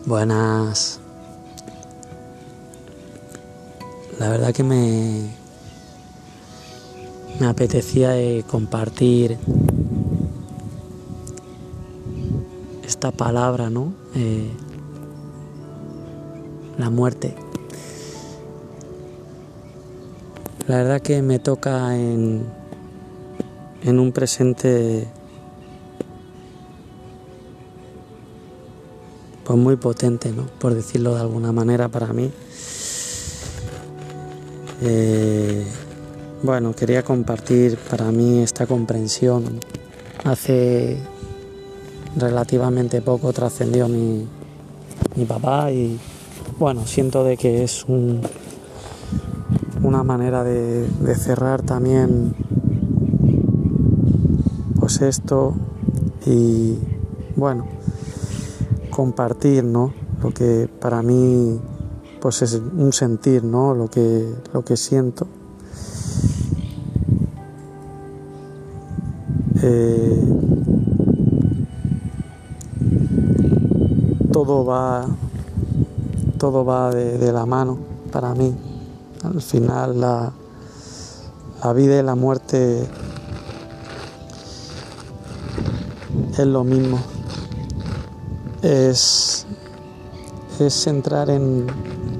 Buenas. La verdad que me apetecía compartir esta palabra, ¿no? La muerte. La verdad que me toca en un presente pues muy potente, ¿no? Por decirlo de alguna manera para mí. Bueno, quería compartir para mí esta comprensión. Hace relativamente poco trascendió mi papá y bueno, siento de que es una manera de cerrar también pues esto y bueno, compartir, ¿no? Lo que para mí pues es un sentir, ¿no? Lo que siento. Todo va de la mano para mí. Al final la vida y la muerte es lo mismo. Es entrar en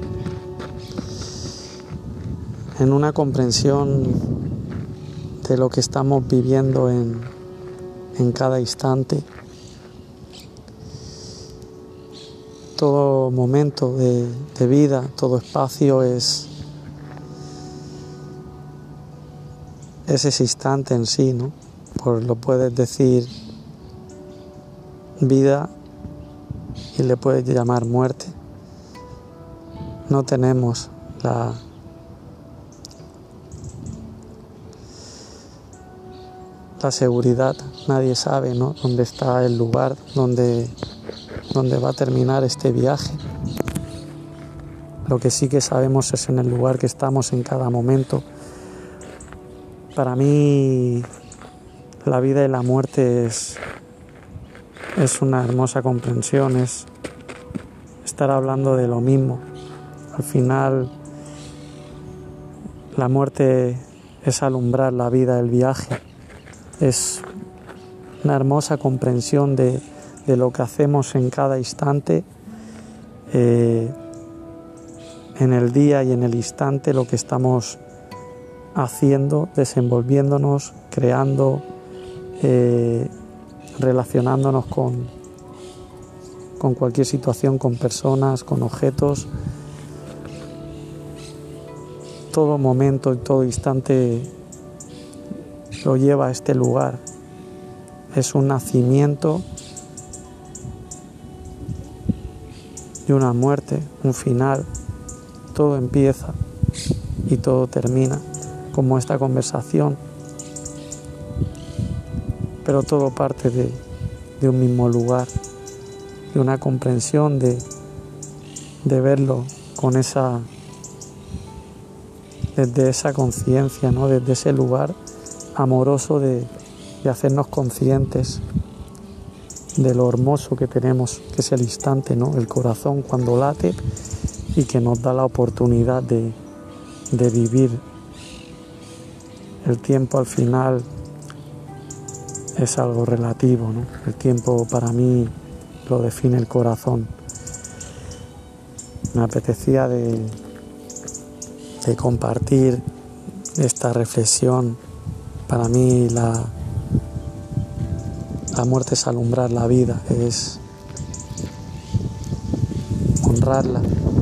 una comprensión de lo que estamos viviendo en cada instante. Todo momento de vida, todo espacio es ese instante en sí, ¿no? Pues lo puedes decir vida y le puedes llamar muerte. No tenemos la seguridad, nadie sabe, ¿no? Dónde está el lugar donde va a terminar este viaje. Lo que sí que sabemos es en el lugar que estamos en cada momento. Para mí la vida y la muerte es una hermosa comprensión, es estar hablando de lo mismo. Al final la muerte es alumbrar la vida, el viaje. Es una hermosa comprensión de lo que hacemos en cada instante, en el día y en el instante, lo que estamos haciendo, desenvolviéndonos, creando, relacionándonos con cualquier situación, con personas, con objetos. Todo momento y todo instante lo lleva a este lugar. Es un nacimiento y una muerte, un final. Todo empieza y todo termina, como esta conversación. Pero todo parte de un mismo lugar, de una comprensión de verlo con desde esa conciencia, ¿no? Desde ese lugar amoroso de hacernos conscientes de lo hermoso que tenemos, que es el instante, ¿no? El corazón cuando late y que nos da la oportunidad de vivir. El tiempo al final es algo relativo, ¿no? El tiempo para mí lo define el corazón. Me apetecía de compartir esta reflexión. Para mí la muerte es alumbrar la vida, es honrarla.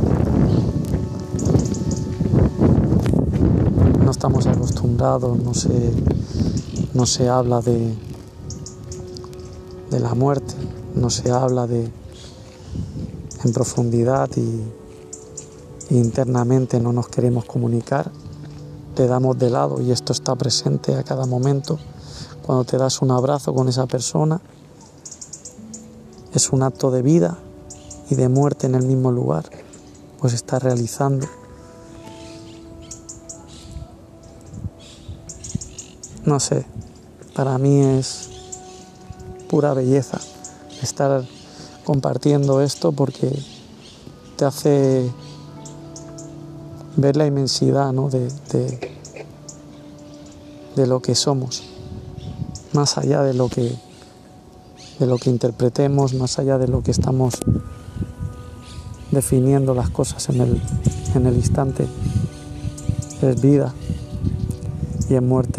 No estamos acostumbrados, no se habla de la muerte, no se habla en profundidad y internamente no nos queremos comunicar. Le damos de lado y esto está presente a cada momento. Cuando te das un abrazo con esa persona, es un acto de vida y de muerte en el mismo lugar, pues está realizando. No sé, para mí es pura belleza estar compartiendo esto porque te hace ver la inmensidad, ¿no? de lo que somos, más allá de lo que interpretemos, más allá de lo que estamos definiendo las cosas en el instante. Es vida y es muerte.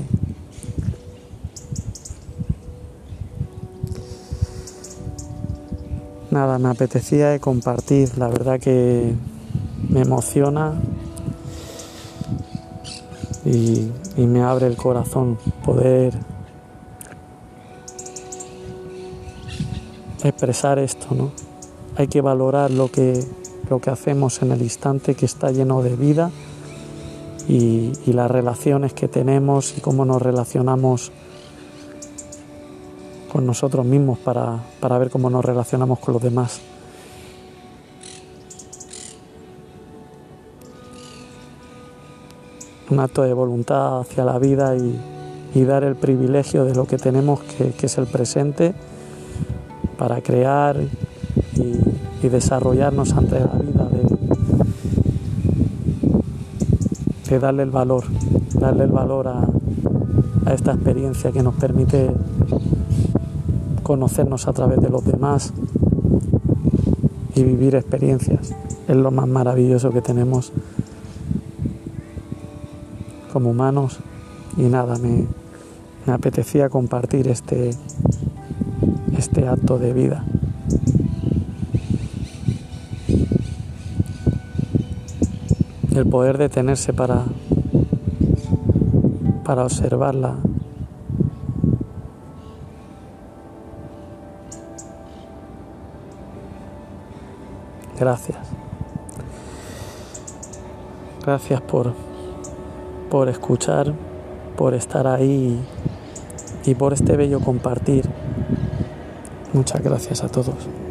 Nada, me apetecía compartir, la verdad que me emociona y me abre el corazón poder expresar esto, ¿no? Hay que valorar lo que hacemos en el instante, que está lleno de vida, y las relaciones que tenemos y cómo nos relacionamos con nosotros mismos para ver cómo nos relacionamos con los demás. Un acto de voluntad hacia la vida y dar el privilegio de lo que tenemos, que es el presente, para crear y desarrollarnos ante la vida, de darle el valor a esta experiencia que nos permite conocernos a través de los demás y vivir experiencias. Es lo más maravilloso que tenemos como humanos. Y nada, me apetecía compartir este acto de vida. El poder detenerse para observarla. Gracias. Gracias por escuchar, por estar ahí y por este bello compartir. Muchas gracias a todos.